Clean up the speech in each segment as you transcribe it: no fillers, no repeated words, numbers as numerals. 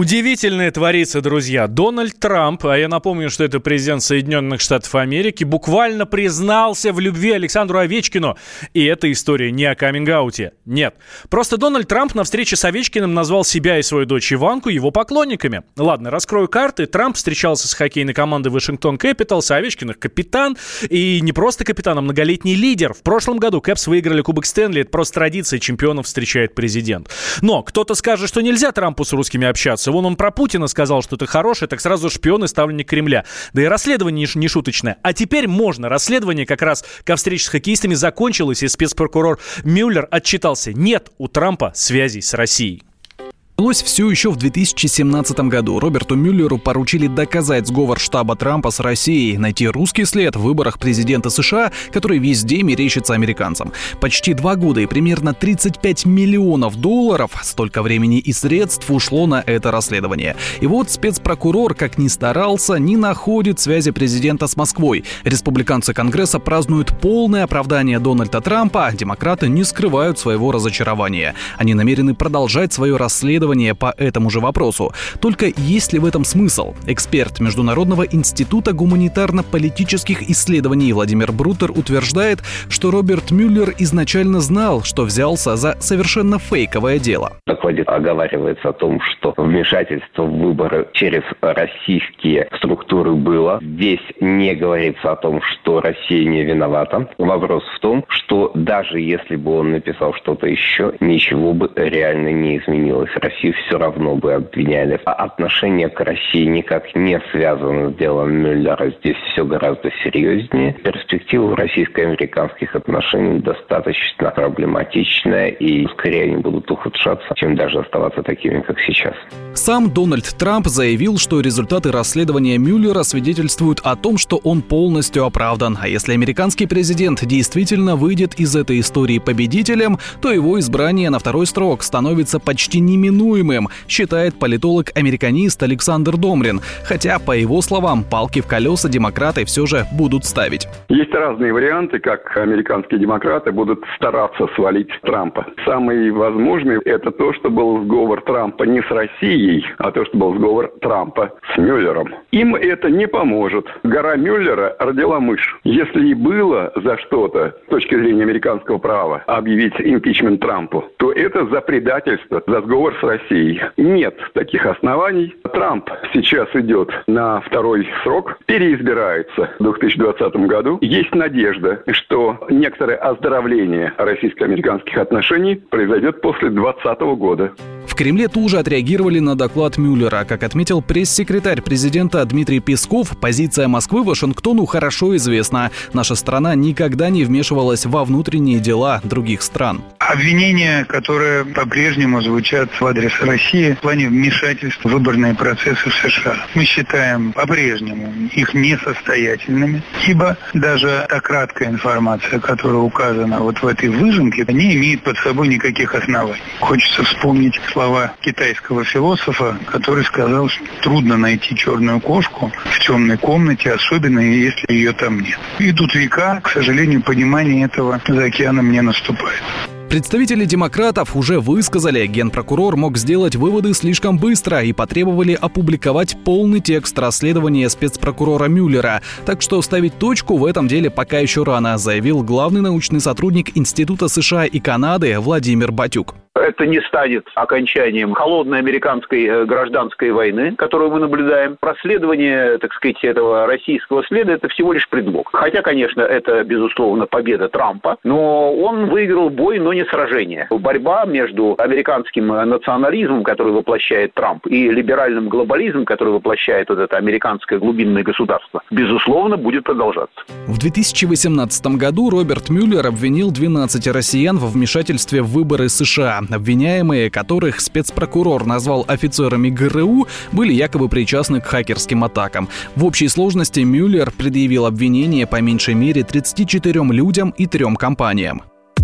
Удивительное творится, друзья. Дональд Трамп, а я напомню, что это президент Соединенных Штатов Америки, буквально признался в любви Александру Овечкину. И эта история не о каминг-ауте. Нет. Просто Дональд Трамп на встрече с Овечкиным назвал себя и свою дочь Иванку его поклонниками. Ладно, раскрою карты. Трамп встречался с хоккейной командой Вашингтон Кэпиталс, а Овечкин их капитан. И не просто капитан, а многолетний лидер. В прошлом году Кэпс выиграли Кубок Стэнли. Это просто традиция, чемпионов встречает президент. Но кто-то скажет, что нельзя Трампу с русскими общаться. Вон он про Путина сказал, что ты хороший, так сразу шпион и ставленник Кремля. Да и расследование не шуточное. А теперь можно. Расследование как раз ко встрече с хоккеистами закончилось, и спецпрокурор Мюллер отчитался. Нет у Трампа связей с Россией. Началось все еще в 2017 году. Роберту Мюллеру поручили доказать сговор штаба Трампа с Россией, найти русский след в выборах президента США, который везде мерещится американцам. Почти 2 года и примерно $35 миллионов, столько времени и средств ушло на это расследование. И вот спецпрокурор, как ни старался, не находит связи президента с Москвой. Республиканцы Конгресса празднуют полное оправдание Дональда Трампа, демократы не скрывают своего разочарования. Они намерены продолжать свое расследование по этому же вопросу. Только есть ли в этом смысл? Эксперт Международного института гуманитарно-политических исследований Владимир Брутер утверждает, что Роберт Мюллер изначально знал, что взялся за совершенно фейковое дело. В докладе оговаривается о том, что вмешательство в выборы через российские структуры было. Здесь не говорится о том, что Россия не виновата. Вопрос в том, что даже если бы он написал что-то еще, ничего бы реально не изменилось. Россию все равно бы обвиняли. А отношение к России никак не связано с делом Мюллера. Здесь все гораздо серьезнее. Перспектива российско-американских отношений достаточно проблематичная, и скорее они будут ухудшаться, чем даже оставаться такими, как сейчас. Сам Дональд Трамп заявил, что результаты расследования Мюллера свидетельствуют о том, что он полностью оправдан. А если американский президент действительно выйдет из этой истории победителем, то его избрание на второй срок становится почти неминуемым, считает политолог-американист Александр Домрин. Хотя, по его словам, палки в колеса демократы все же будут ставить. Есть разные варианты, как американские демократы будут стараться свалить Трампа. Самый возможный – это то, что был сговор Трампа не с Россией, а то, что был сговор Трампа с Мюллером. Им это не поможет. Гора Мюллера родила мышь. Если и было за что-то, с точки зрения американского права, объявить импичмент Трампу, то это за предательство, за сговор с Россией. Нет таких оснований. Трамп сейчас идет на второй срок, переизбирается в 2020 году. Есть надежда, что некоторое оздоровление российско-американских отношений произойдет после 2020 года. В Кремле тут же отреагировали на доклад Мюллера. Как отметил пресс-секретарь президента Дмитрий Песков, позиция Москвы Вашингтону хорошо известна. Наша страна никогда не вмешивалась во внутренние дела других стран. Обвинения, которые по-прежнему звучат в адрес России в плане вмешательства в выборные процессы в США, мы считаем по-прежнему их несостоятельными, ибо даже та краткая информация, которая указана вот в этой выжимке, не имеет под собой никаких оснований. Хочется вспомнить слова китайского философа, который сказал, что трудно найти черную кошку в темной комнате, особенно если ее там нет. Идут века, к сожалению, понимание этого за океаном не наступает. Представители демократов уже высказали, генпрокурор мог сделать выводы слишком быстро и потребовали опубликовать полный текст расследования спецпрокурора Мюллера. Так что ставить точку в этом деле пока еще рано, заявил главный научный сотрудник Института США и Канады Владимир Батюк. Это не станет окончанием холодной американской гражданской войны, которую мы наблюдаем. Расследование, так сказать, этого российского следа – это всего лишь предлог. Хотя, конечно, это, безусловно, победа Трампа, но он выиграл бой, но не сражение. Борьба между американским национализмом, который воплощает Трамп, и либеральным глобализмом, который воплощает вот это американское глубинное государство, безусловно, будет продолжаться. В 2018 году Роберт Мюллер обвинил 12 россиян во вмешательстве в выборы США. Обвиняемые, которых спецпрокурор назвал офицерами ГРУ, были якобы причастны к хакерским атакам. В общей сложности Мюллер предъявил обвинение по меньшей мере 34 людям и 3 компаниям.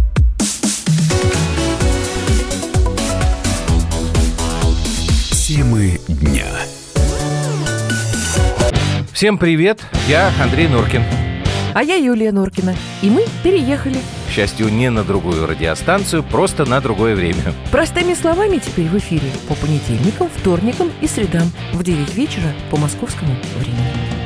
Темы дня. Всем привет, я Андрей Норкин. А я Юлия Норкина. И мы переехали. К счастью, не на другую радиостанцию, просто на другое время. Простыми словами теперь в эфире по понедельникам, вторникам и средам в 9 вечера по московскому времени.